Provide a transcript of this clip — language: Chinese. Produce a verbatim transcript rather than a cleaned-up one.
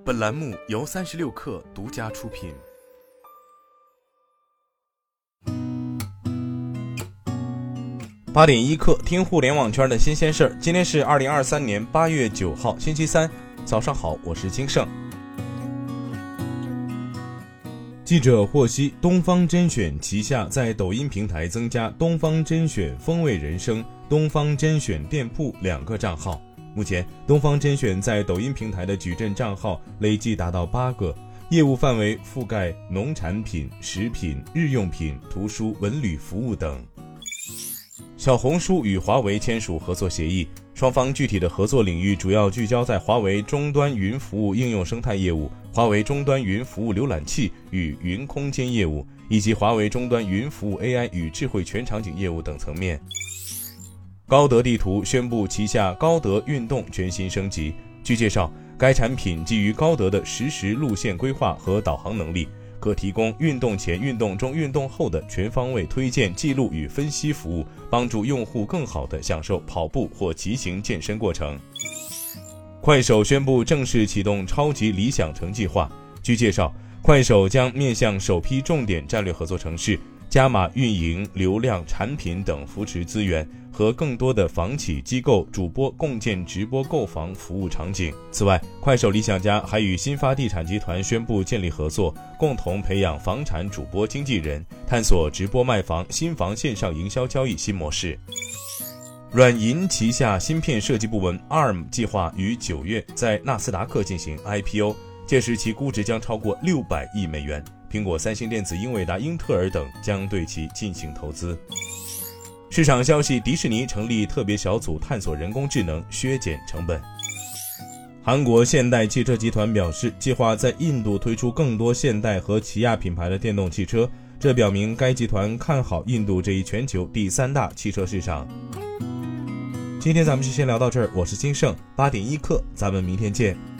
本栏目由三十六氪独家出品。八点一刻，听互联网圈的新鲜事儿。今天是二零二三年八月九号，星期三，早上好，我是金盛。记者获悉，东方甄选旗下在抖音平台增加东方甄选风味人生、东方甄选店铺两个账号。目前，东方甄选在抖音平台的矩阵账号累计达到八个，业务范围覆盖农产品、食品、日用品、图书、文旅服务等。小红书与华为签署合作协议，双方具体的合作领域主要聚焦在华为终端云服务应用生态业务、华为终端云服务浏览器与云空间业务，以及华为终端云服务 A I 与智慧全场景业务等层面。高德地图宣布旗下高德运动全新升级。据介绍，该产品基于高德的实时路线规划和导航能力，可提供运动前、运动中、运动后的全方位推荐、记录与分析服务，帮助用户更好地享受跑步或骑行健身过程。快手宣布正式启动超级理想城计划。据介绍，快手将面向首批重点战略合作城市，加码运营、流量、产品等扶持资源，和更多的房企、机构、主播共建直播购房服务场景。此外，快手理想家还与新发地产集团宣布建立合作，共同培养房产主播经纪人，探索直播卖房、新房线上营销交易新模式。软银旗下芯片设计部门 A R M 计划于九月在纳斯达克进行 I P O， 届时其估值将超过六百亿美元。苹果、三星电子、英伟达、英特尔等将对其进行投资。市场消息，迪士尼成立特别小组探索人工智能，削减成本。韩国现代汽车集团表示，计划在印度推出更多现代和起亚品牌的电动汽车，这表明该集团看好印度这一全球第三大汽车市场。今天咱们就先聊到这儿，我是金盛，八点一刻，咱们明天见。